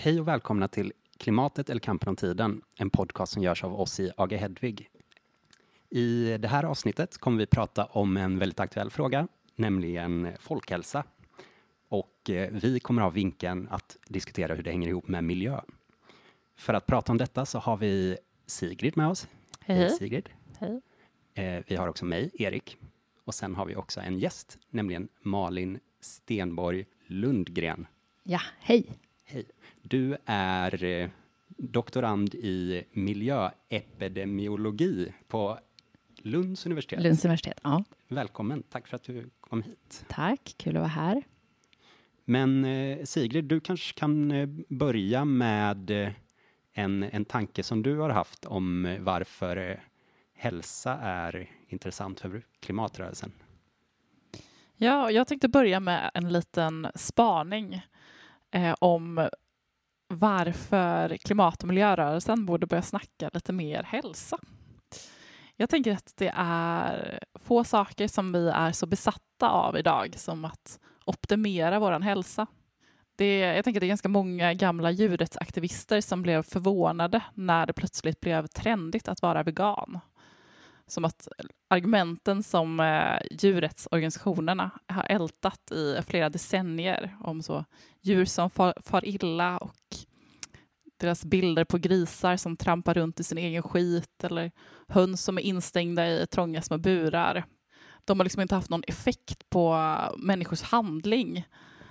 Hej och välkomna till Klimatet eller kampen om tiden, en podcast som görs av oss i AG Hedvig. I det här avsnittet kommer vi prata om en väldigt aktuell fråga, nämligen folkhälsa. Och vi kommer ha vinkeln att diskutera hur det hänger ihop med miljö. För att prata om detta så har vi Sigrid med oss. Hej. Sigrid. Hej. Vi har också mig, Erik. Och sen har vi också en gäst, nämligen Malin Stenborg Lundgren. Ja, hej. Hej. Du är doktorand i miljöepidemiologi på Lunds universitet. Lunds universitet, ja. Välkommen, tack för att du kom hit. Tack, kul att vara här. Men Sigrid, du kanske kan börja med en tanke som du har haft om varför hälsa är intressant för klimatrörelsen. Ja, jag tänkte börja med en liten spaning om varför klimat- och miljörörelsen borde börja snacka lite mer hälsa. Jag tänker att det är få saker som vi är så besatta av idag som att optimera vår hälsa. Jag tänker att det är ganska många gamla djurrättsaktivister som blev förvånade när det plötsligt blev trendigt att vara vegan. Som att argumenten som djurrättsorganisationerna har ältat i flera decennier om så djur som far illa och deras bilder på grisar som trampar runt i sin egen skit eller höns som är instängda i trånga små burar. De har liksom inte haft någon effekt på människors handling.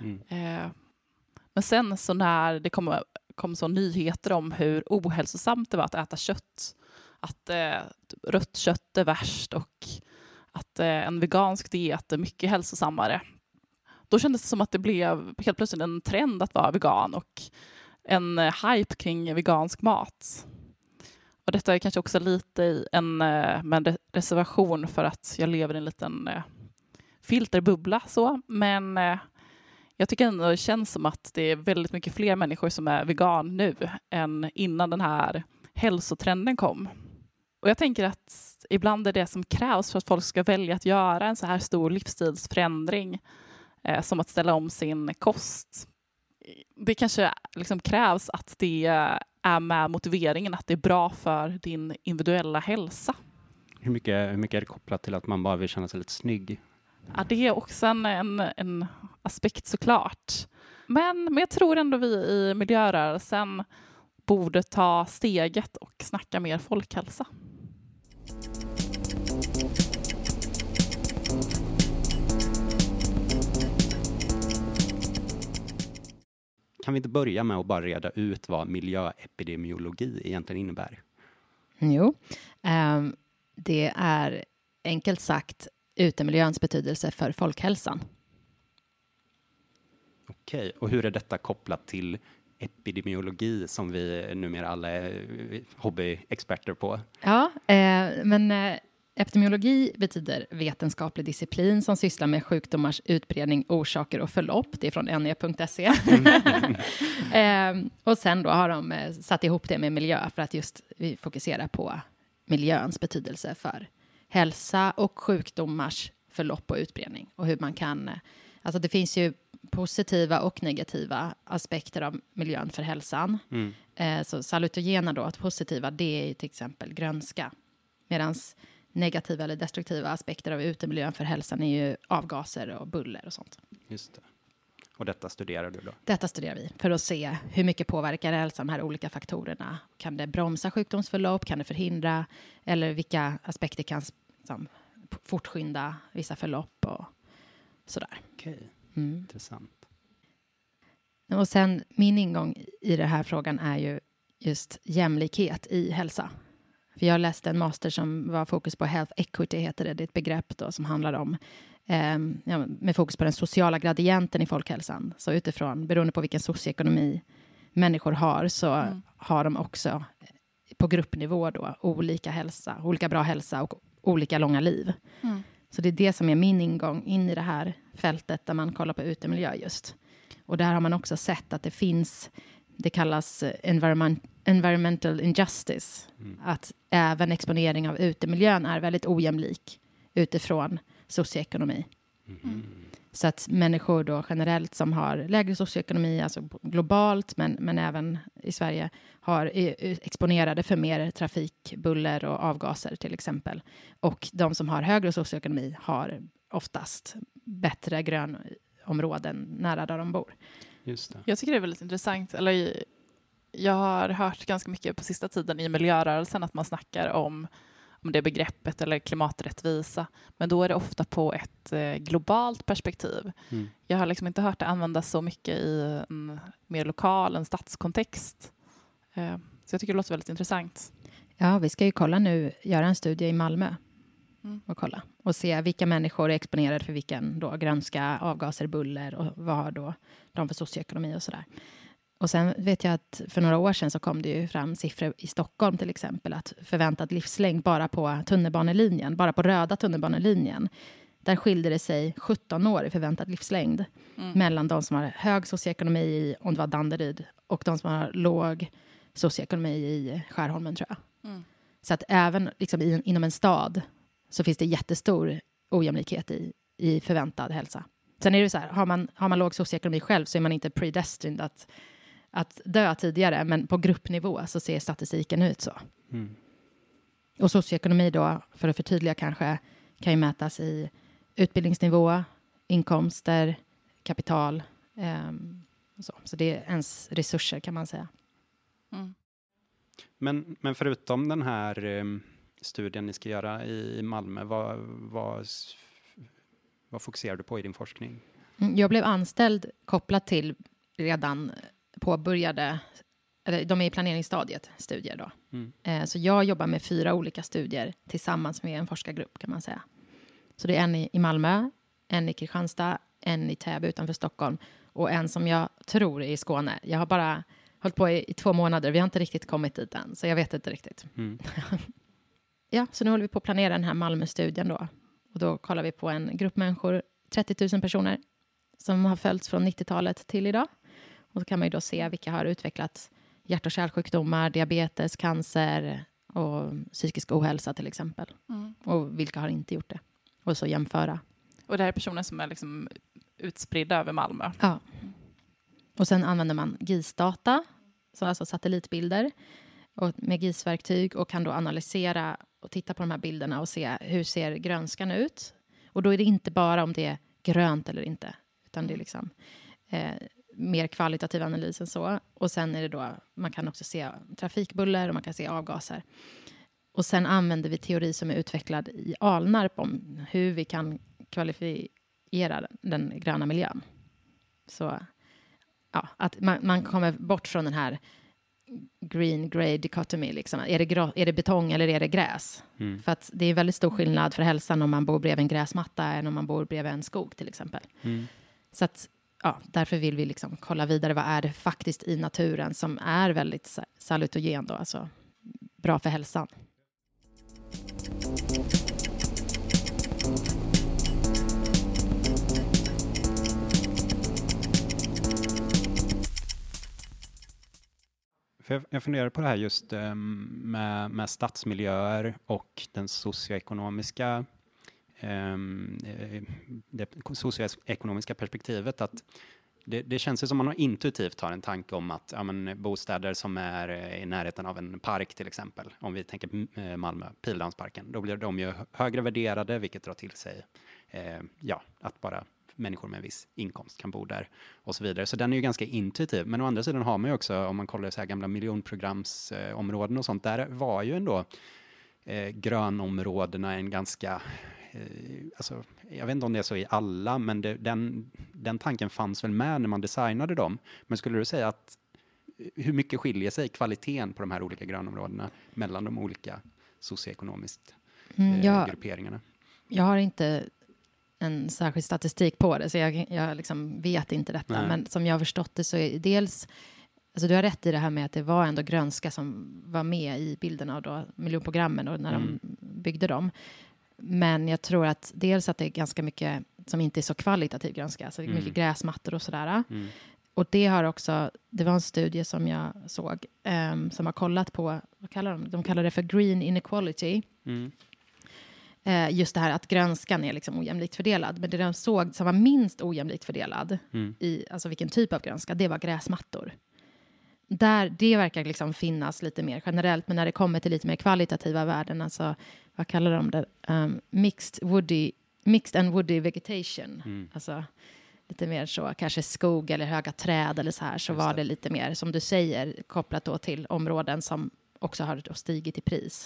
Men sen så när det kom så nyheter om hur ohälsosamt det var att äta kött, att rött kött är värst och att en vegansk diet är mycket hälsosammare. Då kändes det som att det blev helt plötsligt en trend att vara vegan och en hype kring vegansk mat. Och detta är kanske också lite i en reservation för att jag lever i en liten filterbubbla. Men jag tycker ändå det känns som att det är väldigt mycket fler människor som är vegan nu än innan den här hälsotrenden kom. Och jag tänker att ibland är det som krävs för att folk ska välja att göra en så här stor livsstilsförändring som att ställa om sin kost. Det kanske liksom krävs att det är med motiveringen att det är bra för din individuella hälsa. Hur mycket är det kopplat till att man bara vill känna sig lite snygg? Ja, det är också en aspekt såklart. Men jag tror ändå vi i miljörörelsen borde ta steget och snacka mer folkhälsa. Kan vi inte börja med att bara reda ut vad miljöepidemiologi egentligen innebär? Jo, det är enkelt sagt utemiljöns betydelse för folkhälsan. Okej, och hur är detta kopplat till epidemiologi som vi numera alla är hobbyexperter på? Ja, men epidemiologi betyder vetenskaplig disciplin som sysslar med sjukdomars utbredning, orsaker och förlopp. Det är från ne.se. Och sen då har de satt ihop det med miljö för att just vi fokuserar på miljöns betydelse för hälsa och sjukdomars förlopp och utbredning. Och hur man kan, alltså det finns ju positiva och negativa aspekter av miljön för hälsan. Så salutogena då, att positiva, det är ju till exempel grönska. Medan negativa eller destruktiva aspekter av utemiljön för hälsan är ju avgaser och buller och sånt. Just det. Och detta studerar du då? Detta studerar vi för att se hur mycket påverkar hälsan de här olika faktorerna. Kan det bromsa sjukdomsförlopp? Kan det förhindra? Eller vilka aspekter kan fortskynda vissa förlopp och sådär. Okej, intressant. Och sen min ingång i den här frågan är ju just jämlikhet i hälsa. För jag läste en master som var fokus på health equity, heter det. Det är ett begrepp då som handlar om med fokus på den sociala gradienten i folkhälsan. Så utifrån, beroende på vilken socioekonomi människor har, så har de också på gruppnivå då olika hälsa, olika bra hälsa och olika långa liv. Så det är det som är min ingång in i det här fältet där man kollar på utemiljö just. Och där har man också sett att det finns, det kallas environmental injustice. Att även exponering av utemiljön är väldigt ojämlik utifrån socioekonomi. Så att människor då generellt som har lägre socioekonomi, alltså globalt men även i Sverige, är exponerade för mer trafikbuller och avgaser till exempel. Och de som har högre socioekonomi har oftast bättre grönområden nära där de bor. Just det. Jag tycker det är väldigt intressant. Eller, jag har hört ganska mycket på sista tiden i miljörörelsen att man snackar om det begreppet eller klimaträttvisa. Men då är det ofta på ett globalt perspektiv. Mm. Jag har liksom inte hört det användas så mycket i en mer lokal, en stadskontext. Så jag tycker det låter väldigt intressant. Ja, vi ska ju göra en studie i Malmö. Och kolla. Och se vilka människor är exponerade för vilken då grönska, avgaser, buller och vad har då de för socioekonomi och sådär. Och sen vet jag att för några år sedan så kom det ju fram siffror i Stockholm till exempel att förväntad livslängd bara på tunnelbanelinjen, bara på röda tunnelbanelinjen. Där skilde det sig 17 år i förväntad livslängd mellan de som har hög socioekonomi om det var Danderyd och de som har låg socioekonomi i Skärholmen tror jag. Mm. Så att även liksom inom en stad så finns det jättestor ojämlikhet i förväntad hälsa. Sen är det så här, har man låg socioekonomi själv så är man inte predestined att dö tidigare, men på gruppnivå så ser statistiken ut så. Mm. Och socioekonomi då, för att förtydliga kanske, kan ju mätas i utbildningsnivå, inkomster, kapital och så. Så det är ens resurser kan man säga. Mm. Men förutom den här studien ni ska göra i Malmö, vad fokuserar du på i din forskning? Jag blev anställd kopplat till redan påbörjade, eller de är i planeringsstadiet, studier då. Mm. Så jag jobbar med 4 olika studier tillsammans med en forskargrupp kan man säga. Så det är en i Malmö, en i Kristianstad, en i Täby utanför Stockholm och en som jag tror är i Skåne. Jag har bara hållit på i 2 månader, vi har inte riktigt kommit dit än, så jag vet inte riktigt. Mm. Ja, så nu håller vi på att planera den här Malmö-studien då. Och då kollar vi på en grupp människor, 30 000 personer som har följts från 90-talet till idag. Och så kan man ju då se vilka har utvecklat hjärt- och kärlsjukdomar, diabetes, cancer och psykisk ohälsa till exempel. Mm. Och vilka har inte gjort det. Och så jämföra. Och det här är personer som är liksom utspridda över Malmö? Ja. Och sen använder man GIS-data, så alltså satellitbilder och med GIS-verktyg och kan då analysera och titta på de här bilderna och se hur ser grönskan ut. Och då är det inte bara om det är grönt eller inte, utan det är liksom mer kvalitativ analys än så. Och sen är det då, man kan också se trafikbuller och man kan se avgaser. Och sen använder vi teori som är utvecklad i Alnarp om hur vi kan kvalifiera den gröna miljön. Så ja, att man kommer bort från den här green-grey dichotomy. Liksom. Är det betong eller är det gräs? Mm. För att det är väldigt stor skillnad för hälsan om man bor bredvid en gräsmatta än om man bor bredvid en skog till exempel. Mm. Så att ja, därför vill vi liksom kolla vidare. Vad är det faktiskt i naturen som är väldigt salutogen då? Alltså bra för hälsan. För jag funderar på det här just med stadsmiljöer och den socioekonomiska det socioekonomiska perspektivet, att det känns ju som man intuitivt har en tanke om att bostäder som är i närheten av en park till exempel, om vi tänker Malmö, Pildammsparken, då blir de ju högre värderade, vilket drar till sig att bara människor med en viss inkomst kan bo där och så vidare. Så den är ju ganska intuitiv. Men å andra sidan har man ju också, om man kollar så här gamla miljonprogramsområden och sånt, där var ju ändå grönområdena en ganska alltså, jag vet inte om det är så i alla, men den tanken fanns väl med när man designade dem. Men skulle du säga att hur mycket skiljer sig kvaliteten på de här olika grönområdena mellan de olika socioekonomiskt grupperingarna? Jag har inte en särskild statistik på det, så jag liksom vet inte detta. Nej. Men som jag har förstått det så är dels, alltså du har rätt i det här med att det var ändå grönska som var med i bilderna av då miljonprogrammen och när de byggde dem. Men jag tror att dels att det är ganska mycket som inte är så kvalitativ grönska, så det är mycket gräsmattor och sådär. Mm. Och det har också, det var en studie som jag såg som har kollat på, vad kallar de? De kallar det för green inequality. Mm. just det här att grönskan är liksom ojämlikt fördelad. Men det de såg som var minst ojämlikt fördelad i alltså vilken typ av grönska, det var gräsmattor. Det verkar liksom finnas lite mer generellt, men när det kommer till lite mer kvalitativa värden, alltså vad kallar de det? Mixed and woody vegetation. Alltså lite mer så, kanske skog eller höga träd eller så här, så var det lite mer, som du säger, kopplat då till områden som också har stigit i pris.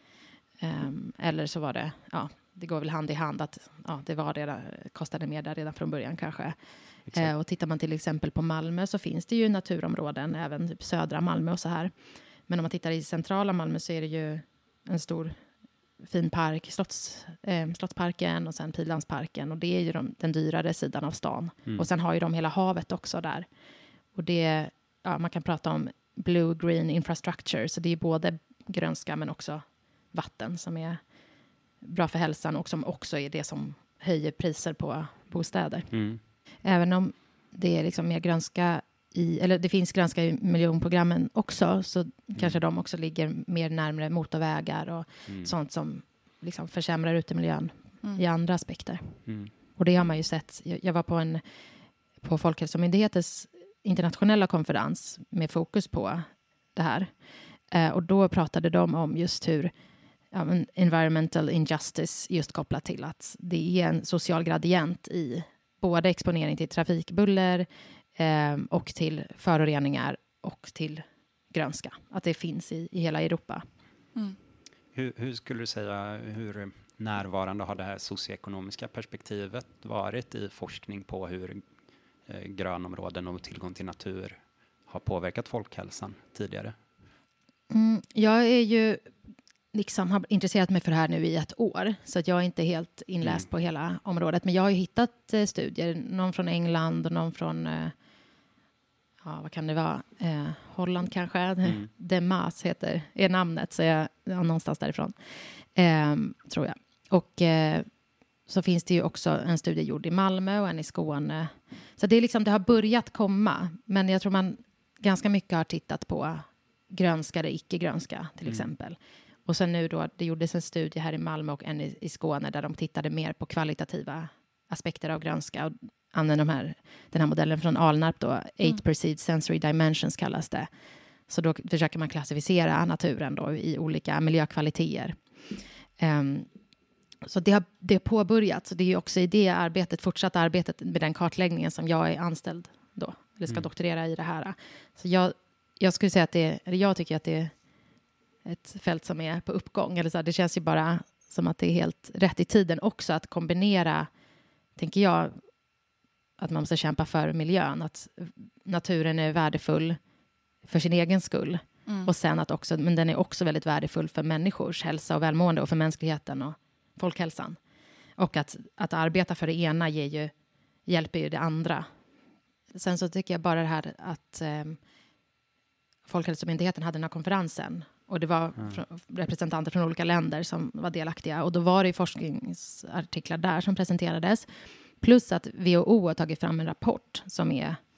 Eller så var det, det går väl hand i hand att det var redan, kostade mer där redan från början kanske. Och tittar man till exempel på Malmö så finns det ju naturområden, även typ södra Malmö och så här. Men om man tittar i centrala Malmö så är det ju en stor fin park, Slottsparken och sen Pildammsparken. Och det är ju den dyrare sidan av stan. Och sen har ju de hela havet också där. Och det, man kan prata om blue-green infrastructure. Så det är både grönska men också vatten som är bra för hälsan och som också är det som höjer priser på bostäder. Även om det är liksom mer grönska eller det finns grönska i miljonprogrammen också, så kanske de också ligger mer närmare motorvägar och sånt som liksom försämrar utemiljön i andra aspekter. Och det har man ju sett. Jag var på Folkhälsomyndighetens internationella konferens med fokus på det här. Och då pratade de om just hur environmental injustice just kopplat till att det är en social gradient i både exponering till trafikbuller och till föroreningar och till grönska. Att det finns i hela Europa. Hur skulle du säga, hur närvarande har det här socioekonomiska perspektivet varit i forskning på hur grönområden och tillgång till natur har påverkat folkhälsan tidigare? Jag är ju har intresserat mig för det här nu i 1 år. Så att jag är inte helt inläst på hela området. Men jag har ju hittat studier. Någon från England och någon från vad kan det vara? Holland kanske. Demas är namnet. Så jag någonstans därifrån. Tror jag. Och så finns det ju också en studie gjord i Malmö och en i Skåne. Så det är liksom, det har börjat komma. Men jag tror man ganska mycket har tittat på grönska eller icke-grönska till exempel. Och sen nu då, det gjordes en studie här i Malmö och en i Skåne där de tittade mer på kvalitativa aspekter av grönska och använde den här modellen från Alnarp då, 8 perceived sensory dimensions kallas det. Så då försöker man klassificera naturen då i olika miljökvaliteter. Så det har påbörjat, så det är ju också i det arbetet, fortsatt arbetet med den kartläggningen som jag är anställd då, eller ska doktorera i det här. Så jag skulle säga att jag tycker att det är ett fält som är på uppgång. Eller så, det känns ju bara som att det är helt rätt i tiden också att kombinera, tänker jag, att man måste kämpa för miljön. Att naturen är värdefull för sin egen skull. Och sen att också, men den är också väldigt värdefull för människors hälsa och välmående och för mänskligheten och folkhälsan. Och att arbeta för det ena hjälper ju det andra. Sen så tycker jag bara det här att Folkhälsomyndigheten hade den här konferensen. Och det var representanter från olika länder som var delaktiga. Och då var det forskningsartiklar där som presenterades. Plus att WHO har tagit fram en rapport som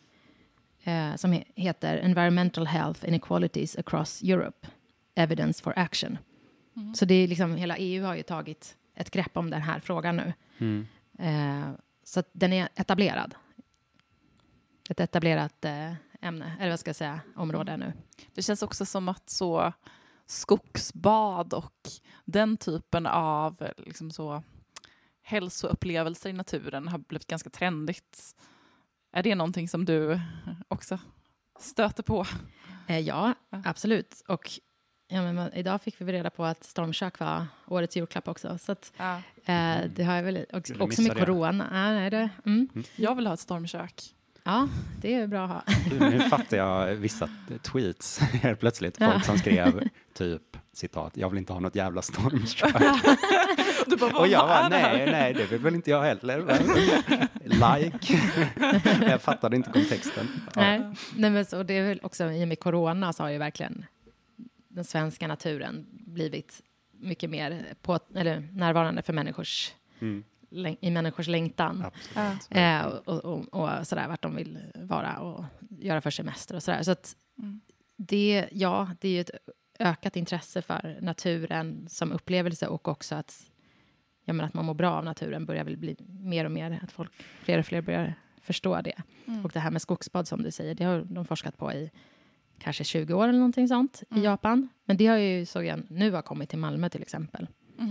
heter Environmental Health Inequalities Across Europe. Evidence for Action. Så det är liksom, hela EU har ju tagit ett grepp om den här frågan nu. Så att den är etablerad. Ett etablerat ämne, eller vad ska jag säga, område nu. Det känns också som att så skogsbad och den typen av liksom så hälsoupplevelser i naturen har blivit ganska trendigt. Är det någonting som du också stöter på? Ja, absolut. Och idag fick vi reda på att stormkök var årets julklapp också. Så att, det har jag väl också med corona. Jag vill ha ett stormkök. Ja, det är bra att ha. Nu fattar jag vissa tweets helt plötsligt. Folk som skrev typ, citat, jag vill inte ha något jävla stormkök. Och jag bara, nej, det vill väl inte jag heller. Like. Jag fattade inte kontexten. Nej, men så det är väl också, i och med corona så har ju verkligen den svenska naturen blivit mycket mer närvarande för människors i människors längtan. Och sådär, vart de vill vara och göra för semester och sådär. Så att det är ju ett ökat intresse för naturen som upplevelse och också att jag menar att man mår bra av naturen börjar väl bli mer och mer, att fler och fler börjar förstå det. Och det här med skogsbad som du säger, det har de forskat på i kanske 20 år eller någonting sånt i Japan. Men det har ju nu har kommit till Malmö till exempel.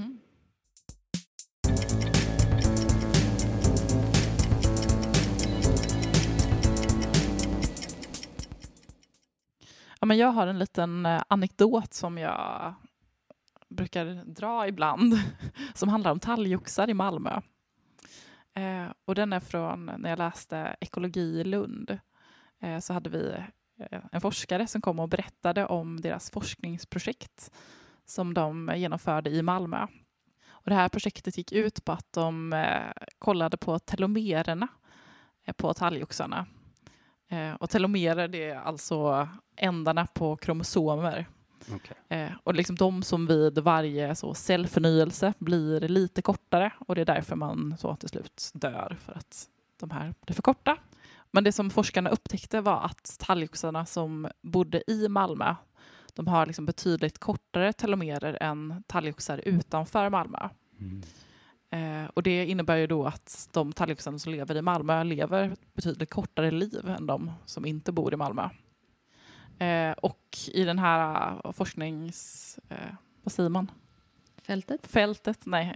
Ja, men jag har en liten anekdot som jag brukar dra ibland som handlar om talgoxar i Malmö. Och den är från när jag läste ekologi i Lund. Så hade vi en forskare som kom och berättade om deras forskningsprojekt som de genomförde i Malmö. Och det här projektet gick ut på att de kollade på telomererna på talgoxarna. Och telomerer, det är alltså ändarna på kromosomer. Okay. Och liksom de som vid varje cellförnyelse blir lite kortare. Och det är därför man så till slut dör, för att de här blir för korta. Men det som forskarna upptäckte var att talgoxarna som bodde i Malmö, de har liksom betydligt kortare telomerer än talgoxar utanför Malmö. Och det innebär ju då att de talgoxarna som lever i Malmö lever betydligt kortare liv än de som inte bor i Malmö. Och i den här vad säger man? Fältet, nej.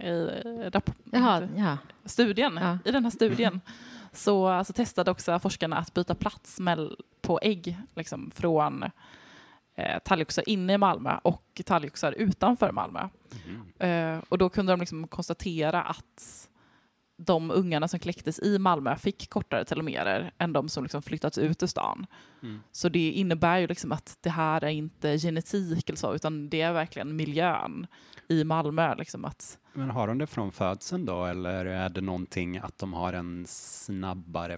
Studien. Ja. I den här studien så testade också forskarna att byta plats på ägg liksom, från talgoxar inne i Malmö och talgoxar utanför Malmö. Och då kunde de liksom konstatera att de ungarna som kläcktes i Malmö fick kortare telomerer än de som liksom flyttats ut ur stan. Så det innebär ju liksom att det här är inte genetik eller så, utan det är verkligen miljön i Malmö. Liksom att... Men har de det från födseln då, eller är det någonting att de har en snabbare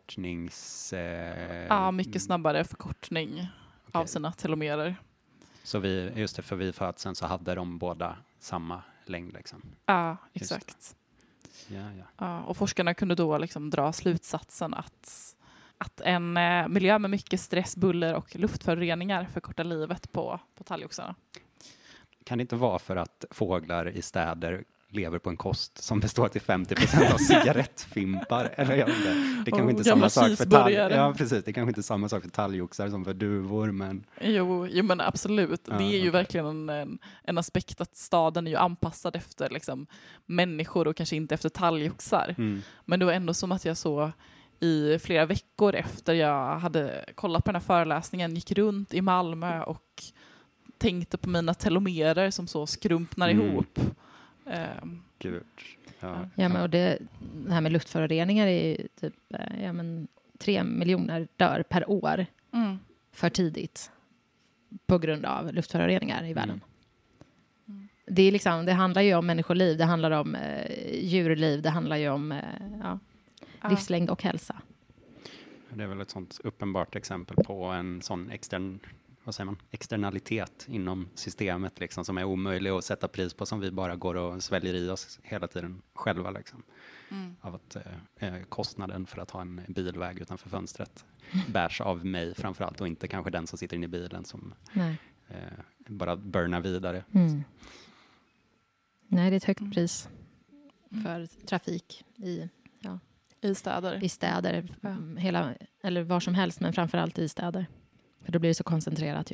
mycket snabbare förkortning av sina telomerer. Så för vid födseln så hade de båda samma längd liksom? Ja, exakt. Ja, och forskarna kunde då liksom dra slutsatsen att en miljö med mycket stress, buller och luftföroreningar förkortar livet på talgoxarna. Kan det inte vara för att fåglar i städer lever på en kost som består till 50% av cigarettfimpar? Eller jag vet inte. Det kanske inte samma sak för ja, precis. Det kanske inte är samma sak för talgoxar som för duvor, men... Jo men absolut. Det är ju verkligen en aspekt att staden är ju anpassad efter liksom, människor och kanske inte efter talgoxar. Men det var ändå som att jag så i flera veckor efter jag hade kollat på den här föreläsningen gick runt i Malmö och tänkte på mina telomerer som så skrumpnar ihop. Gud. Men och det här med luftföroreningar är ju typ 3 miljoner dör per år för tidigt på grund av luftföroreningar i världen. Det är liksom, det handlar ju om människoliv, det handlar om djurliv, det handlar ju om livslängd och hälsa. Det är väl ett sånt uppenbart exempel på en sån externalitet inom systemet liksom, som är omöjlig att sätta pris på, som vi bara går och sväljer i oss hela tiden själva liksom. Av att kostnaden för att ha en bilväg utanför fönstret bärs av mig framförallt, och inte kanske den som sitter inne i bilen som bara burnar vidare. Nej, det är ett högt pris för trafik i städer. I städer, eller var som helst, men framförallt i städer. För då blir det så koncentrerat ju.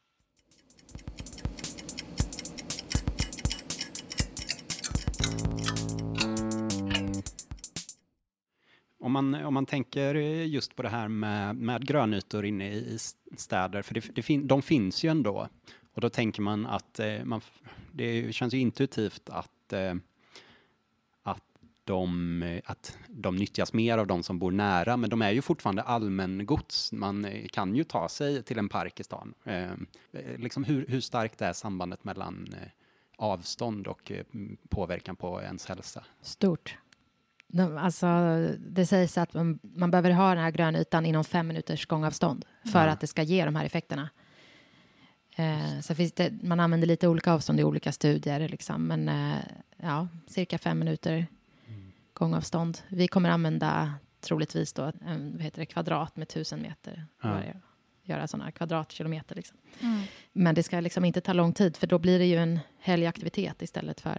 Om man tänker just på det här med grönytor inne i städer, för de finns ju ändå. Och då tänker man att det känns ju intuitivt att de nyttjas mer av de som bor nära, men de är ju fortfarande allmängods. Man kan ju ta sig till en park i stan. Liksom hur starkt är sambandet mellan avstånd och påverkan på ens hälsa? Stort. Det sägs att man behöver ha den här grönytan inom 5 minuters gångavstånd för att det ska ge de här effekterna. Så finns det, man använder lite olika avstånd i olika studier liksom, men cirka 5 minuter gångavstånd. Vi kommer använda troligtvis då kvadrat med 1000 meter. Göra sådana kvadratkilometer liksom. Men det ska liksom inte ta lång tid, för då blir det ju en helgaktivitet istället för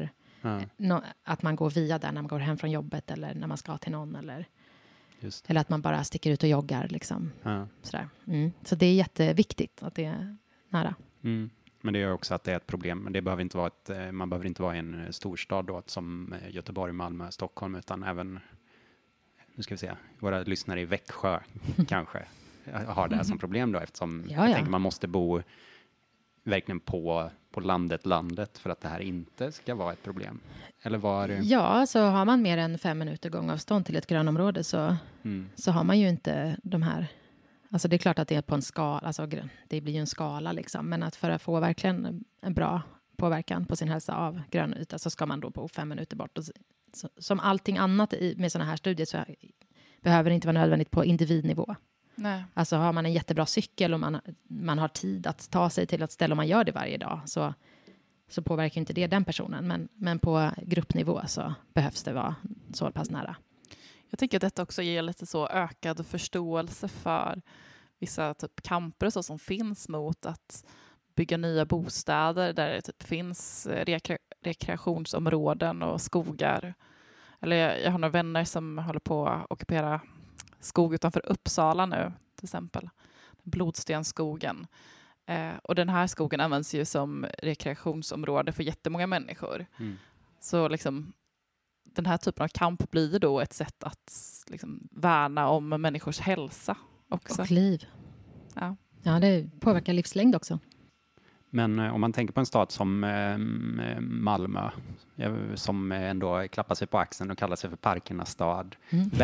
Att man går via där när man går hem från jobbet eller när man ska till någon. Eller att man bara sticker ut och joggar. Liksom. Sådär. Så det är jätteviktigt att det är nära. Men det gör också att det är ett problem. Men det behöver inte vara man behöver inte vara i en storstad då, som Göteborg, Malmö, Stockholm, utan även, nu ska vi se, våra lyssnare i Växjö kanske har det här som problem då, eftersom jag tänker man måste bo verkligen på landet för att det här inte ska vara ett problem. Eller var det? Ja, så har man mer än 5 minuter gångavstånd till ett grönområde så har man ju inte de här. Alltså det är klart att det är på en skala, alltså det blir ju en skala liksom, men att för att få verkligen en bra påverkan på sin hälsa av grönyta så ska man då bo 5 minuter bort. Och som allting annat med sådana här studier så behöver det inte vara nödvändigt på individnivå. Nej. Alltså har man en jättebra cykel och man har tid att ta sig till ett ställe och man gör det varje dag så påverkar inte det den personen. Men på gruppnivå så behövs det vara så pass nära. Jag tänker att detta också ger lite så ökad förståelse för vissa typ kamper och så som finns mot att bygga nya bostäder där det typ finns rekreationsområden och skogar. Eller jag har några vänner som håller på att ockupera skog utanför Uppsala nu, till exempel. Blodstensskogen. Och den här skogen används ju som rekreationsområde för jättemånga människor. Så liksom den här typen av kamp blir då ett sätt att liksom värna om människors hälsa också. Och liv. Ja, det påverkar livslängd också. Men om man tänker på en stad som Malmö, som ändå klappar sig på axeln och kallar sig för parkernas stad.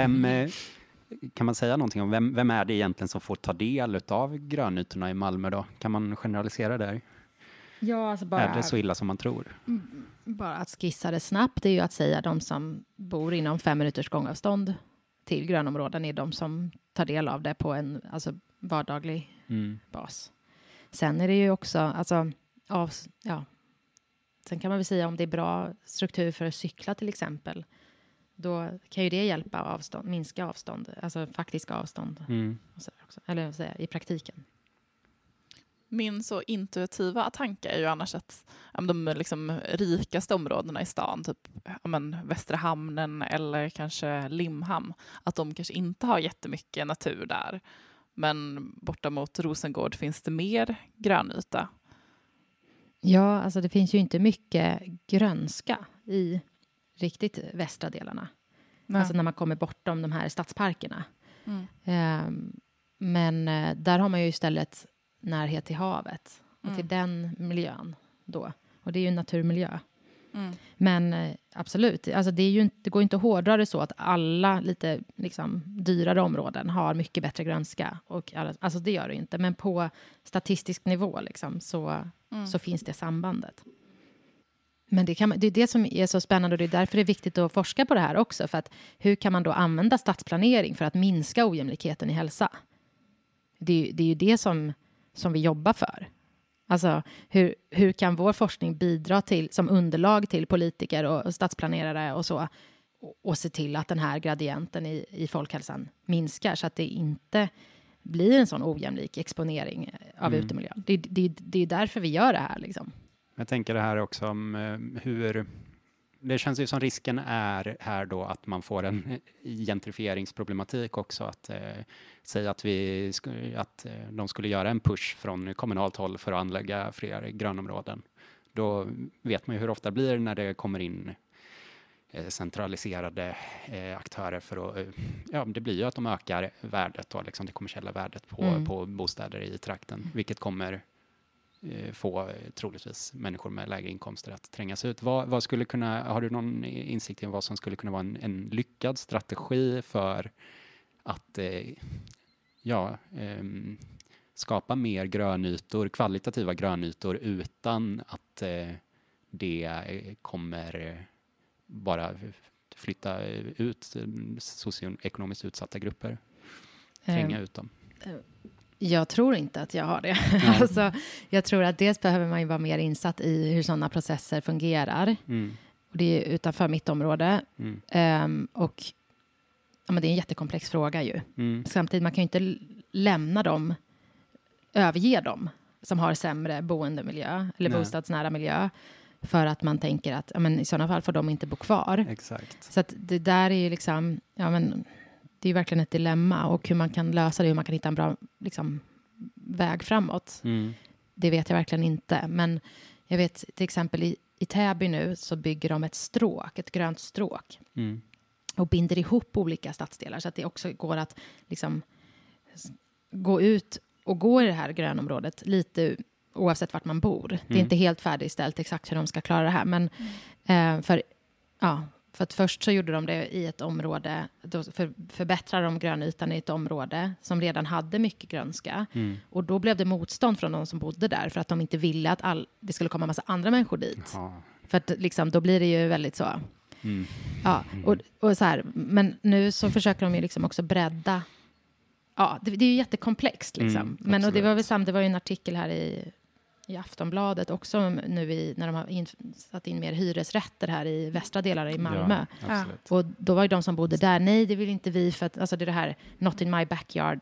Kan man säga någonting om vem är det egentligen som får ta del av grönytorna i Malmö då? Kan man generalisera där? Ja, alltså är det så illa som man tror? Bara att skissa det snabbt är ju att säga de som bor inom 5 minuters gångavstånd till grönområden är de som tar del av det på en vardaglig bas. Sen är det ju också, sen kan man väl säga om det är bra struktur för att cykla till exempel. Då kan ju det hjälpa minska avstånd, alltså faktiska avstånd. Och så också. Eller vad säger, i praktiken. Min så intuitiva tanke är ju annars att de liksom rikaste områdena i stan, typ Västra hamnen eller kanske Limhamn, att de kanske inte har jättemycket natur där. Men borta mot Rosengård finns det mer grönyta. Ja, alltså det finns ju inte mycket grönska i riktigt västra delarna. Nej. Alltså när man kommer bortom de här stadsparkerna. Men där har man ju istället närhet till havet och till den miljön då. Och det är ju en naturmiljö. Men absolut, alltså det går inte att hårdra det så att alla lite liksom dyrare områden har mycket bättre grönska. Alltså det gör det inte. Men på statistisk nivå liksom, så finns det sambandet. Men det är det som är så spännande och det är därför det är viktigt att forska på det här också. För att hur kan man då använda stadsplanering för att minska ojämlikheten i hälsa? Det är ju det som vi jobbar för. Alltså hur kan vår forskning bidra till som underlag till politiker och stadsplanerare och så och se till att den här gradienten i folkhälsan minskar så att det inte blir en sån ojämlik exponering av utemiljön. Det är därför vi gör det här liksom. Jag tänker det här också om hur det känns ju som risken är här då att man får en gentrifieringsproblematik också. Att säga att de skulle göra en push från kommunalt håll för att anlägga fler grönområden. Då vet man ju hur ofta det blir när det kommer in centraliserade aktörer för att, det blir ju att de ökar värdet då, liksom det kommersiella värdet på bostäder i trakten, vilket kommer få troligtvis människor med lägre inkomster att trängas ut. Vad skulle har du någon insikt i vad som skulle kunna vara en lyckad strategi för att skapa mer grönytor, kvalitativa grönytor utan att det kommer bara flytta ut socioekonomiskt utsatta grupper, tränga ut dem? Jag tror inte att jag har det. Alltså, jag tror att dels behöver man ju vara mer insatt i hur sådana processer fungerar. Och det är utanför mitt område. Och men det är en jättekomplex fråga ju. Samtidigt man kan ju inte överge dem som har sämre boendemiljö eller bostadsnära miljö. för att man tänker att ja, men i sådana fall får de inte bo kvar. Exakt. Så att det där är ju liksom, ja men det är verkligen ett dilemma, och hur man kan lösa det, hur man kan hitta en bra liksom, väg framåt. Det vet jag verkligen inte. Men jag vet till exempel i Täby nu så bygger de ett grönt stråk. Och binder ihop olika stadsdelar så att det också går att liksom gå ut och gå i det här grönområdet lite oavsett vart man bor. Det är inte helt färdigställt exakt hur de ska klara det här. Men för att först så gjorde de det i ett område, då förbättrade de grönytan i ett område som redan hade mycket grönska. Och då blev det motstånd från de som bodde där för att de inte ville att det skulle komma en massa andra människor dit. För att liksom, då blir det ju väldigt så. Ja, och så här, men nu så försöker de ju liksom också bredda. Ja, det är ju jättekomplext liksom. Men och det var väl det var ju en artikel här i Aftonbladet också nu när de har satt in mer hyresrätter här i västra delar i Malmö. Ja, och då var ju de som bodde där, nej det vill inte vi för att alltså det här not in my backyard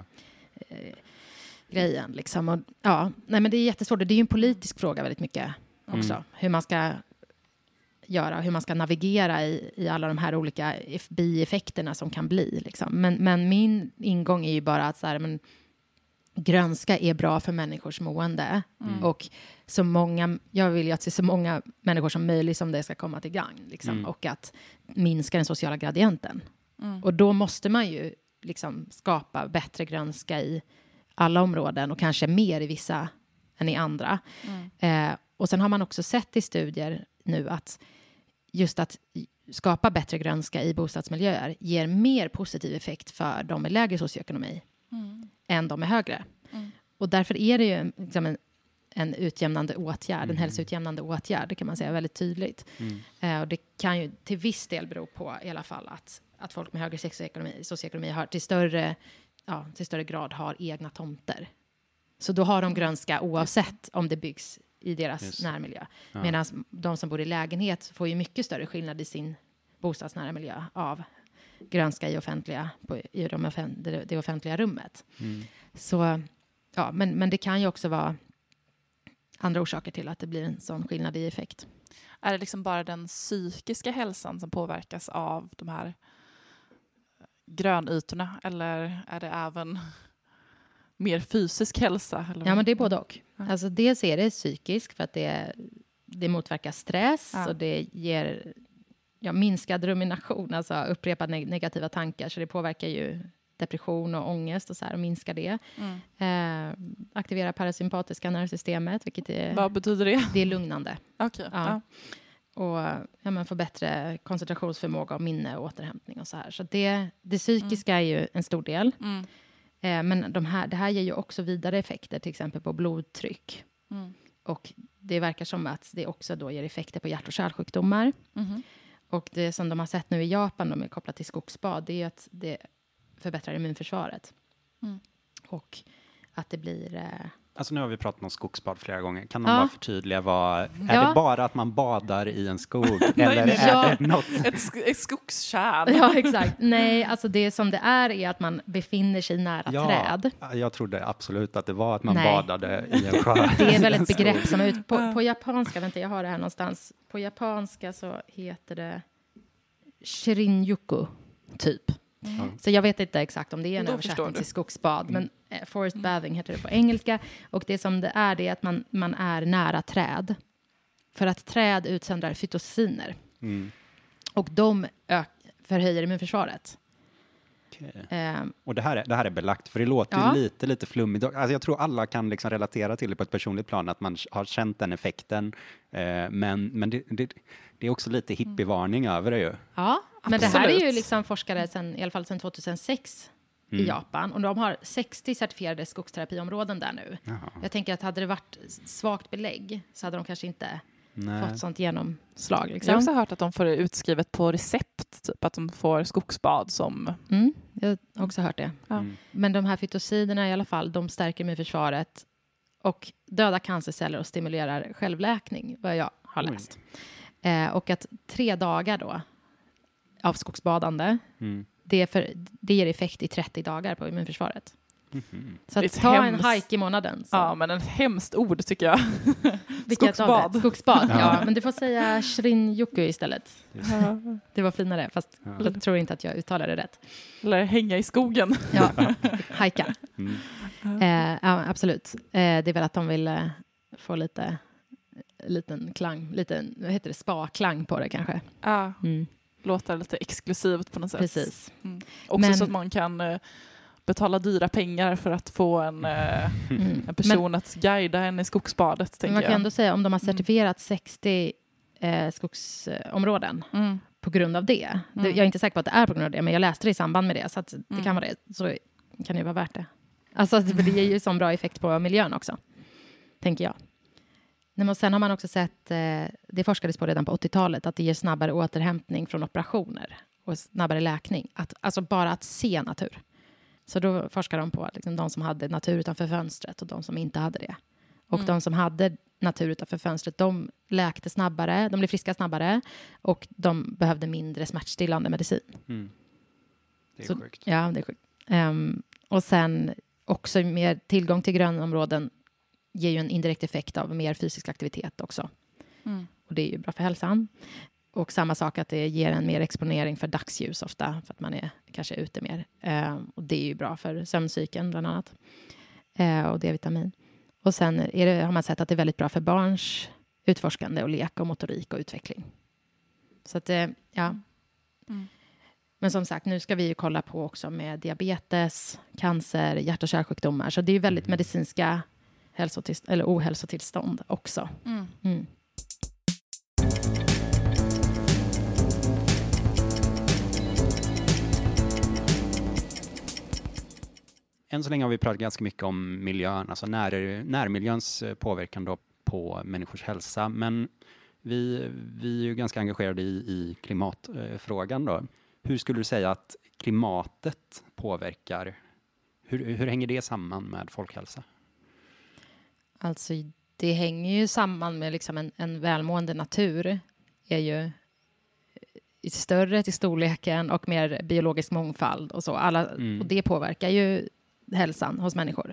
grejen liksom. Och, nej men det är jättesvårt, det är ju en politisk fråga väldigt mycket också. Hur man ska göra, hur man ska navigera i alla de här olika bieffekterna som kan bli liksom. Men min ingång är ju bara att så här, men grönska är bra för människors mående. Och jag vill ju att det är så många människor som möjligt som det ska komma till gagn. Liksom, och att minska den sociala gradienten. Och då måste man ju liksom skapa bättre grönska i alla områden och kanske mer i vissa än i andra. Och sen har man också sett i studier nu att just att skapa bättre grönska i bostadsmiljöer ger mer positiv effekt för de med lägre socioekonomi än de med högre. Och därför är det ju liksom en utjämnande åtgärd, en hälsoutjämnande åtgärd, det kan man säga väldigt tydligt. Och det kan ju till viss del bero på i alla fall att folk med högre socioekonomi har till större grad har egna tomter. Så då har de grönska oavsett om det byggs i deras närmiljö. Medan de som bor i lägenhet får ju mycket större skillnad i sin bostadsnära miljö av grönska i det offentliga rummet. Så, men det kan ju också vara andra orsaker till att det blir en sån skillnad i effekt. Är det liksom bara den psykiska hälsan som påverkas av de här grönytorna? Eller är det även mer fysisk hälsa? Eller? Ja, men det är både och. Alltså dels är det psykisk för att det motverkar stress och det ger minskad rumination, alltså upprepade negativa tankar, så det påverkar ju depression och ångest och så här, och minskar det. Aktivera parasympatiska nervsystemet, vilket är... Vad betyder det? Det är lugnande. Okay. Och man får bättre koncentrationsförmåga och minne och återhämtning och så här. Så det psykiska är ju en stor del. Men det här ger ju också vidare effekter, till exempel på blodtryck. Och det verkar som att det också då ger effekter på hjärt- och kärlsjukdomar. Och det som de har sett nu i Japan, de är kopplat till skogsbad, det är att det förbättrar immunförsvaret. Och att det blir... Alltså nu har vi pratat om skogsbad flera gånger. Kan man bara förtydliga är det bara att man badar i en skog? Eller är det något? Ett skogskärn. Ja, exakt. Nej, alltså det som det är att man befinner sig nära träd. Jag trodde absolut att det var att man badade i en sjö. Det är väl ett begrepp som är ut på japanska. Vänta, jag har det här någonstans. På japanska så heter det Shirinjuku, typ. Så jag vet inte exakt om det är en översättning till skogsbad, men forest bathing heter det på engelska. Och det som det är att man är nära träd. För att träd utsöndrar fytosiner. Och de förhöjer immunförsvaret. Och det här är belagt, för det låter ju lite flummigt. Alltså jag tror alla kan liksom relatera till det på ett personligt plan, att man har känt den effekten. Men det är också lite hippievarning över det ju. Ja, men det här är ju liksom forskare i alla fall sedan 2006 i Japan. Och de har 60 certifierade skogsterapiområden där nu. Jaha. Jag tänker att hade det varit svagt belägg så hade de kanske inte fått sånt genomslag. Liksom. Jag har också hört att de får det utskrivet på recept, typ att de får skogsbad som... Jag har också hört det. Men de här fytosiderna i alla fall, de stärker immunförsvaret och dödar cancerceller och stimulerar självläkning, vad jag har läst. Och att 3 dagar då av skogsbadande, det ger effekt i 30 dagar på immunförsvaret. Så Det är att ett ta en hemskt- hike i månaden. Så. Ja, men ett hemskt ord tycker jag. Vilket av Skogsbad. det? Skogsbad, ja. Men du får säga Shinjuku istället. Det var finare, fast jag tror inte att jag uttalar det rätt. Eller hänga i skogen. Ja, hajka. Ja, absolut. Det är väl att de vill få liten klang, vad heter det, spa-klang på det kanske. Ja, låter lite exklusivt på något sätt. Precis. Också så att man kan betala dyra pengar för att få en person att guida en i skogsbadet. Men man kan ändå säga om de har certifierat 60 skogsområden på grund av det. Jag är inte säker på att det är på grund av det, men jag läste det i samband med det, så att det kan vara det. Så kan det vara värt det. Alltså, det ger ju sån bra effekt på miljön också, tänker jag. Men sen har man också sett, det forskades på redan på 80-talet, att det ger snabbare återhämtning från operationer och snabbare läkning. Alltså bara att se natur. Så då forskar de på liksom, de som hade natur utanför fönstret och de som inte hade det. Och de som hade natur utanför fönstret, de läkte snabbare, de blev friska snabbare och de behövde mindre smärtstillande medicin. Det är sjukt. Ja, det är sjukt. Och sen också mer tillgång till grönområden ger ju en indirekt effekt av mer fysisk aktivitet också. Och det är ju bra för hälsan. Och samma sak att det ger en mer exponering för dagsljus ofta, för att man är kanske ute mer. Och det är ju bra för sömncykeln bland annat. Och D-vitamin. Och sen har man sett att det är väldigt bra för barns utforskande och lek och motorik och utveckling. Så att, ja. Men som sagt, nu ska vi ju kolla på också med diabetes, cancer, hjärt- och kärlsjukdomar. Så det är ju väldigt medicinska eller ohälsotillstånd också. Än så länge har vi pratat ganska mycket om miljön, alltså närmiljöns påverkan då på människors hälsa. Men vi är ju ganska engagerade i klimatfrågan då. Hur skulle du säga att klimatet påverkar? Hur hänger det samman med folkhälsa? Alltså, det hänger ju samman med liksom en välmående natur. Är ju större till storleken och mer biologisk mångfald och så. Och det påverkar ju hälsan hos människor.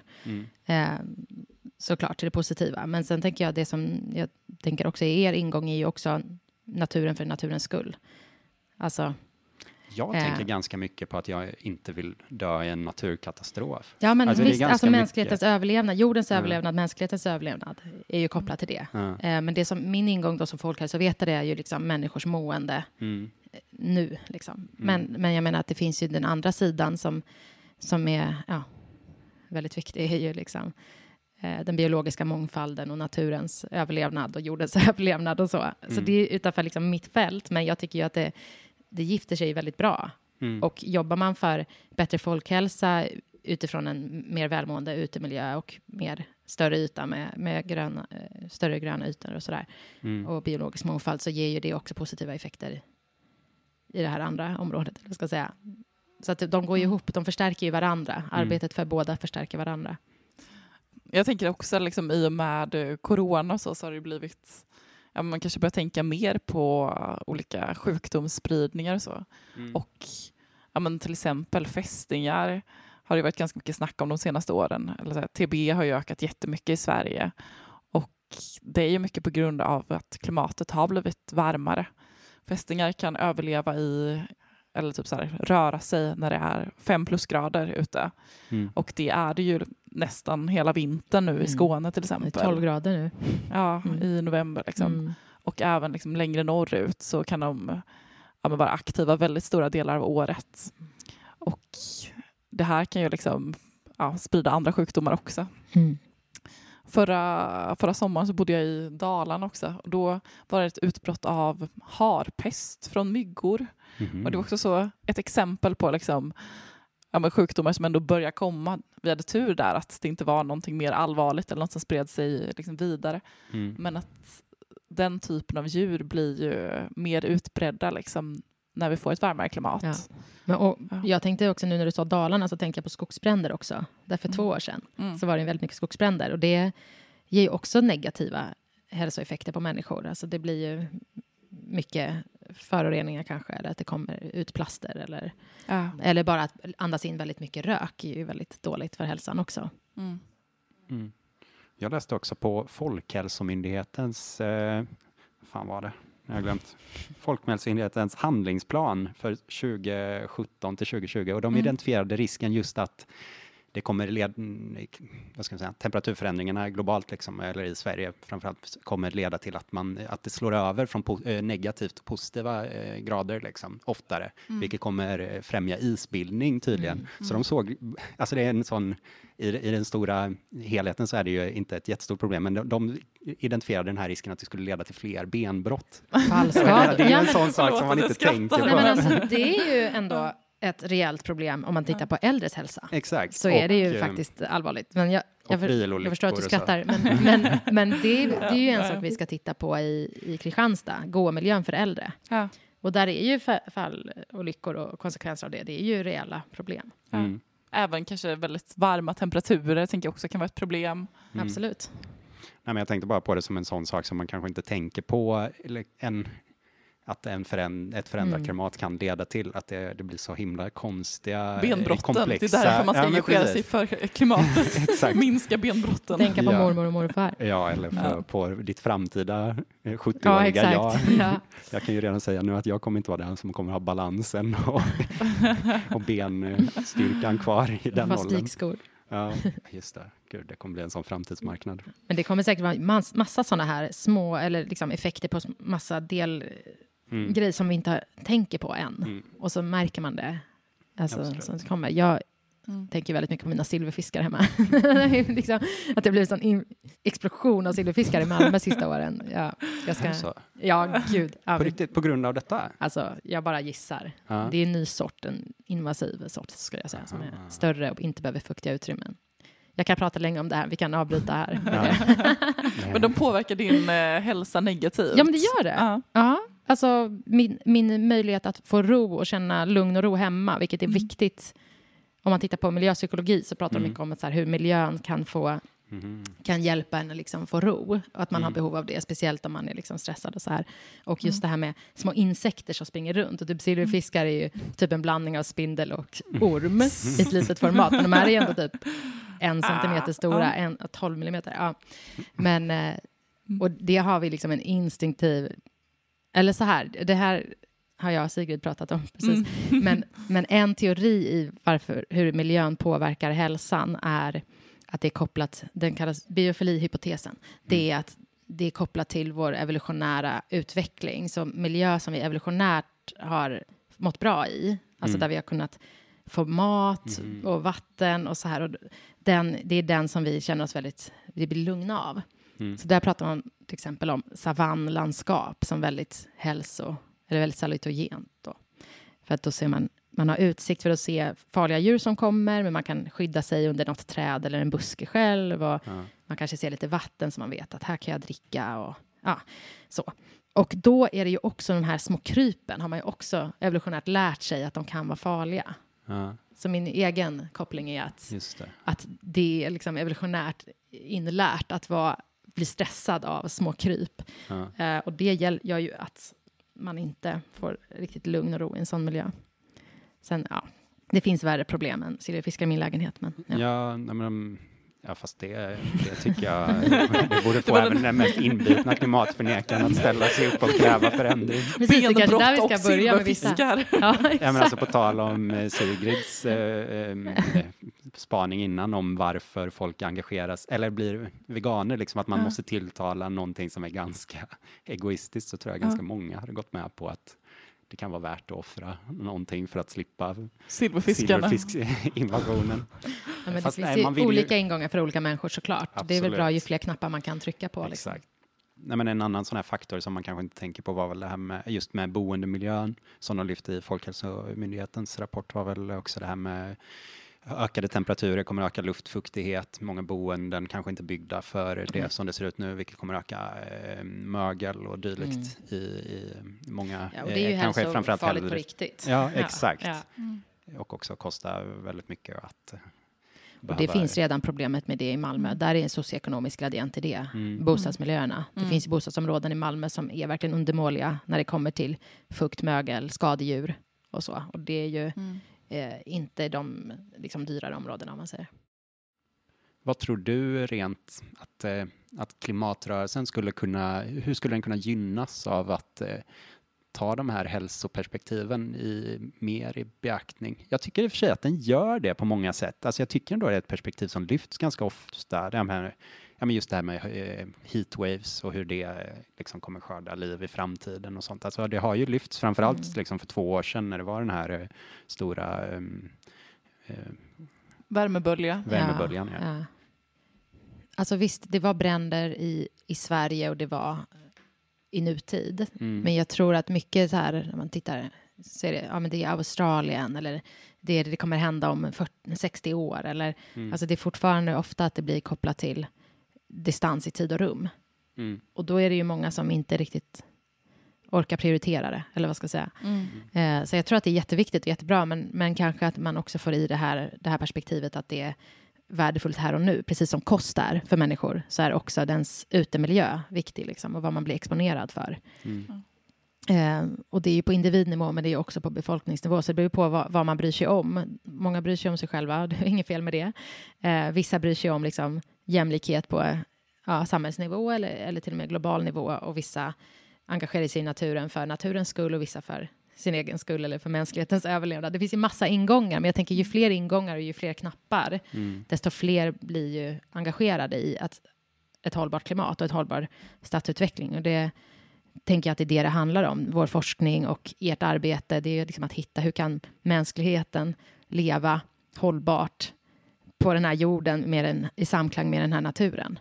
Såklart till det positiva. Men sen tänker jag, det som jag tänker också är er ingång är ju också naturen för naturens skull. Alltså, jag tänker ganska mycket på att jag inte vill dö i en naturkatastrof. Ja, men alltså, visst, alltså mänsklighetens överlevnad, jordens överlevnad, mänsklighetens överlevnad är ju kopplat till det. Men det som min ingång då som folkhälsovetare är ju liksom människors mående nu. Liksom. Men jag menar att det finns ju den andra sidan som är väldigt viktig, är ju liksom den biologiska mångfalden och naturens överlevnad och jordens överlevnad och så. Så det är utanför liksom mitt fält, men jag tycker ju att det gifter sig väldigt bra. Och jobbar man för bättre folkhälsa utifrån en mer välmående utemiljö och mer större yta med större gröna ytor och sådär, och biologisk mångfald, så ger ju det också positiva effekter i det här andra området, eller ska jag säga. Så att de går ju ihop, de förstärker ju varandra. Arbetet för båda förstärker varandra. Jag tänker också liksom, i och med corona så har det blivit, man kanske börjar tänka mer på olika sjukdomsspridningar och så. Och till exempel fästingar har det varit ganska mycket snack om de senaste åren. TB har ju ökat jättemycket i Sverige. Och det är ju mycket på grund av att klimatet har blivit varmare. Fästingar kan överleva eller typ så här, röra sig när det är 5 plusgrader ute. Och det är det ju nästan hela vintern nu i Skåne till exempel. Det är 12 grader nu. Ja, i november liksom. Och även liksom längre norrut så kan de vara aktiva väldigt stora delar av året. Och det här kan ju liksom sprida andra sjukdomar också. Förra sommaren så bodde jag i Dalarna också. Och då var det ett utbrott av harpest från myggor. Och det var också så ett exempel på liksom, sjukdomar som ändå börjar komma. Vi hade tur där att det inte var någonting mer allvarligt eller något som spred sig liksom vidare. Men att den typen av djur blir ju mer utbredda liksom, när vi får ett varmare klimat. Ja. Jag tänkte också nu när du sa Dalarna, så tänkte jag på skogsbränder också. Där för 2 år sedan så var det väldigt mycket skogsbränder. Och det ger ju också negativa hälsoeffekter på människor. Alltså det blir ju mycket föroreningar kanske, eller att det kommer ut plaster, eller bara att andas in väldigt mycket rök är ju väldigt dåligt för hälsan också. Jag läste också på Folkhälsomyndighetens Folkhälsomyndighetens handlingsplan för 2017 till 2020, och de identifierade risken just att det kommer temperaturförändringarna globalt liksom, eller i Sverige framförallt, kommer leda till att det slår över från negativt till positiva grader liksom, oftare, vilket kommer främja isbildning tydligen. Så de såg, alltså det är en sån, i den stora helheten så är det ju inte ett jättestort problem, men de identifierade den här risken att det skulle leda till fler benbrott. Fallskador. Det är ju en sån sak som man inte tänker på. Nej, men alltså, det är ju ändå ett rejält problem om man tittar på äldres hälsa. Exakt. Så är det ju faktiskt allvarligt. Men jag förstår att du skrattar. Men det är ju en sak vi ska titta på i Kristianstad. Gåmiljön för äldre. Ja. Och där är ju fallolyckor och konsekvenser av det. Det är ju reella problem. Även kanske väldigt varma temperaturer tänker jag också kan vara ett problem. Absolut. Nej, men jag tänkte bara på det som en sån sak som man kanske inte tänker på. Att ett förändrat klimat kan leda till att det blir så himla konstiga, benbrotten. komplexa... Det är därför man ska engagera sig för klimatet. Minska benbrotten. Tänka på mormor och morfar. Ja, eller på ditt framtida 70-åriga jag. Jag kan ju redan säga nu att jag kommer inte vara den som kommer ha balansen och benstyrkan kvar i den åldern. Spikskor. Ja, just det. Gud, det kommer bli en sån framtidsmarknad. Men det kommer säkert vara massa sådana här små eller liksom effekter på massa grejer som vi inte tänker på än. Och så märker man det. Alltså, som kommer. Jag tänker väldigt mycket på mina silverfiskar hemma. Liksom, att det blir en sån explosion av silverfiskar i Malmö sista åren. Gud. På riktigt, på grund av detta? Alltså, jag bara gissar. Det är en ny sort, en invasiv sort skulle jag säga, som är större och inte behöver fuktiga utrymmen. Jag kan prata länge om det här. Vi kan avbryta här. Men de påverkar din hälsa negativt? Ja, men det gör det. Ja. Alltså min möjlighet att få ro och känna lugn och ro hemma, vilket är viktigt. Om man tittar på miljöpsykologi så pratar de mycket om att så här, hur miljön kan hjälpa en att liksom få ro. Och att man har behov av det, speciellt om man är liksom stressad och så här. Och just det här med små insekter som springer runt. Och typ silverfiskar är ju typ en blandning av spindel och orm i ett litet format. Men de här är ändå typ 1 centimeter stora, 12 millimeter. Ja. Men, och det har vi liksom en instinktiv... Eller så här, det här har jag och Sigrid pratat om precis. Men en teori i hur miljön påverkar hälsan är att det är kopplat, den kallas biofilihypotesen. Det är att det är kopplat till vår evolutionära utveckling. Så miljö som vi evolutionärt har mått bra i, alltså där vi har kunnat få mat och vatten och så här. Och det är den som vi känner oss vi blir lugna av. Så där pratar man till exempel om savannlandskap som väldigt väldigt salutogent då. För att då ser man har utsikt för att se farliga djur som kommer, men man kan skydda sig under något träd eller en buske själv och man kanske ser lite vatten som man vet att här kan jag dricka och så. Och då är det ju också de här små krypen har man ju också evolutionärt lärt sig att de kan vara farliga. Så min egen koppling är att det är liksom evolutionärt inlärt att bli stressad av små kryp. Och det gör ju att man inte får riktigt lugn och ro i en sån miljö. Sen, det finns värre problem än silverfiskar i min lägenhet. Men, fast det tycker jag det borde få även den mest inbitna klimatförnekaren att ställa sig upp och kräva förändring. Precis, det är där vi ska börja med vissa. Men alltså på tal om Sigrids spaning innan om varför folk engageras eller blir veganer, liksom att man måste tilltala någonting som är ganska egoistiskt, så tror jag ganska många har gått med på att det kan vara värt att offra någonting för att slippa silverfiskinvasionen. Men det finns ju olika ingångar för olika människor såklart. Absolut. Det är väl bra ju fler knappar man kan trycka på. Liksom. Exakt. Nej, men en annan sån här faktor som man kanske inte tänker på var väl det här med boendemiljön som de lyfte i Folkhälsomyndighetens rapport, var väl också det här med ökade temperaturer kommer öka luftfuktighet. Många boenden kanske inte byggda för det som det ser ut nu, vilket kommer öka mögel och dylikt i många... Ja, och det är ju kanske framförallt farligt på riktigt. Ja, exakt. Ja. Och också kostar väldigt mycket att... Och det finns redan problemet med det i Malmö. Där är en socioekonomisk gradient i det. Bostadsmiljöerna. Det finns bostadsområden i Malmö som är verkligen undermåliga när det kommer till fukt, mögel, skadedjur och så. Och det är ju inte de liksom, dyrare områdena om man säger. Vad tror du rent att klimatrörelsen hur skulle den kunna gynnas av att ta de här hälsoperspektiven mer i beaktning? Jag tycker i och för sig att den gör det på många sätt. Alltså jag tycker ändå det är ett perspektiv som lyfts ganska ofta. Just det här med heatwaves och hur det liksom kommer skörda liv i framtiden och sånt. Alltså det har ju lyfts framförallt liksom för 2 år sedan när det var den här stora värmeböljan. Ja. Alltså visst, det var bränder i Sverige och det var i nutid. Men jag tror att mycket så här, när man tittar, så är det, men det är Australien eller det kommer hända om 60 år. Eller, alltså det är fortfarande ofta att det blir kopplat till distans i tid och rum. Och då är det ju många som inte riktigt orkar prioritera det, eller vad ska jag säga. Så jag tror att det är jätteviktigt och jättebra, men kanske att man också får i det här perspektivet att det är värdefullt här och nu. Precis som kost är för människor så är också dens utemiljö viktig liksom, och vad man blir exponerad för. Och det är ju på individnivå, men det är också på befolkningsnivå, så det beror på vad man bryr sig om. Många bryr sig om sig själva, det är inget fel med det. Vissa bryr sig om liksom, jämlikhet på samhällsnivå eller till och med global nivå, och vissa engagerar sig i naturen för naturens skull och vissa för sin egen skull eller för mänsklighetens överlevnad. Det finns ju massa ingångar, men jag tänker ju fler ingångar och ju fler knappar, desto fler blir ju engagerade i ett hållbart klimat och ett hållbar stadsutveckling. Och det tänker jag att det är det handlar om. Vår forskning och ert arbete, det är liksom att hitta hur kan mänskligheten leva hållbart på den här jorden i samklang med den här naturen.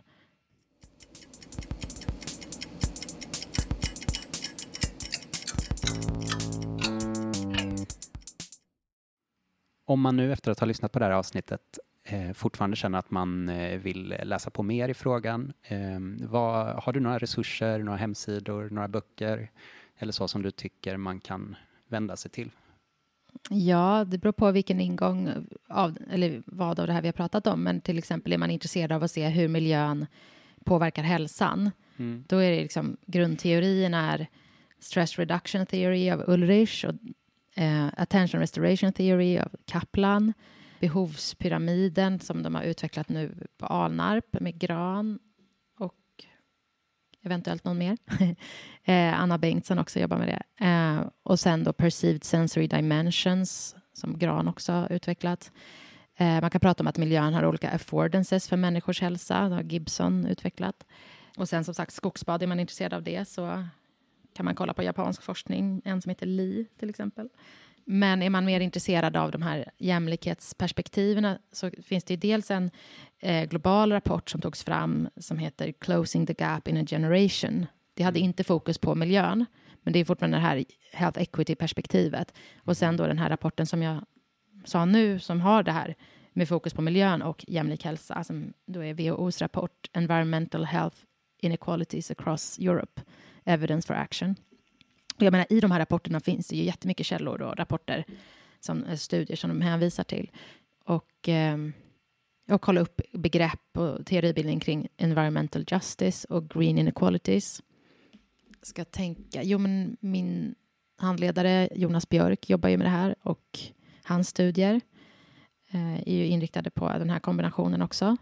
Om man nu efter att ha lyssnat på det här avsnittet fortfarande känner att man vill läsa på mer i frågan, har du några resurser, några hemsidor, några böcker eller så som du tycker man kan vända sig till? Ja, det beror på vilken ingång eller vad av det här vi har pratat om, men till exempel är man intresserad av att se hur miljön påverkar hälsan, då är det liksom grundteorin är Stress Reduction Theory av Ulrich och Attention Restoration Theory av Kaplan, behovspyramiden som de har utvecklat nu på Alnarp med Gran och eventuellt någon mer. Anna Bengtsson också jobbar med det. Och sen då Perceived Sensory Dimensions som Gran också har utvecklat. Man kan prata om att miljön har olika affordances för människors hälsa. Det har Gibson utvecklat. Och sen som sagt skogsbad, är man intresserad av det så kan man kolla på japansk forskning, en som heter Li till exempel. Men är man mer intresserad av de här jämlikhetsperspektiven så finns det ju dels en global rapport som togs fram som heter Closing the Gap in a Generation. Det hade inte fokus på miljön, men det är fortfarande det här health equity-perspektivet. Och sen då den här rapporten som jag sa nu som har det här med fokus på miljön och jämlik hälsa, som då är WHO:s rapport Environmental Health Inequalities Across Europe. Evidence for Action. Och jag menar, i de här rapporterna finns det ju jättemycket källor och rapporter, som studier som de hänvisar till. Och kolla upp begrepp och teoribildning kring environmental justice och green inequalities. Ska tänka, men min handledare Jonas Björk jobbar ju med det här och hans studier är ju inriktade på den här kombinationen också.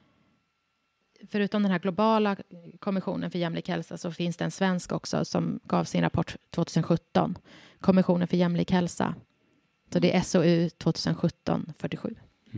Förutom den här globala kommissionen för jämlik hälsa så finns det en svensk också som gav sin rapport 2017. Kommissionen för jämlik hälsa. Så det är SOU 2017-47.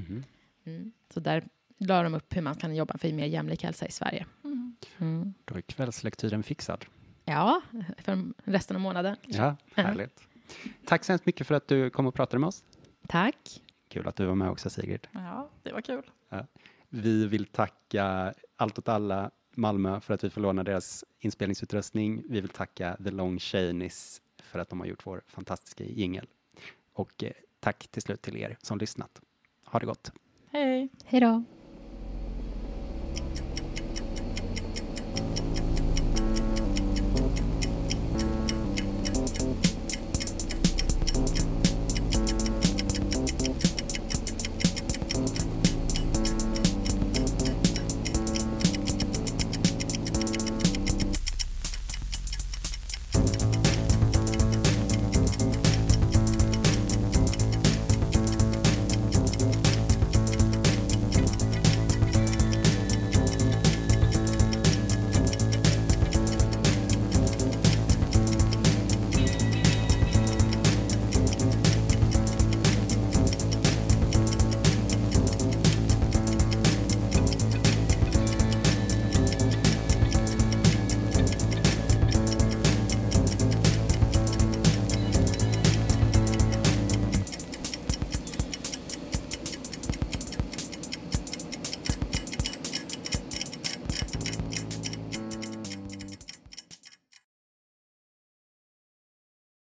Så där la de upp hur man kan jobba för mer jämlik hälsa i Sverige. Då är kvällslektyren fixad. Ja, för resten av månaden. Ja, härligt. Tack så hemskt mycket för att du kom och pratade med oss. Tack. Kul att du var med också, Sigrid. Ja, det var kul. Ja. Vi vill tacka Allt åt alla Malmö för att vi får låna deras inspelningsutrustning. Vi vill tacka The Long Chaneys för att de har gjort vår fantastiska jingle. Och tack till slut till er som lyssnat. Ha det gott. Hej. Hej då.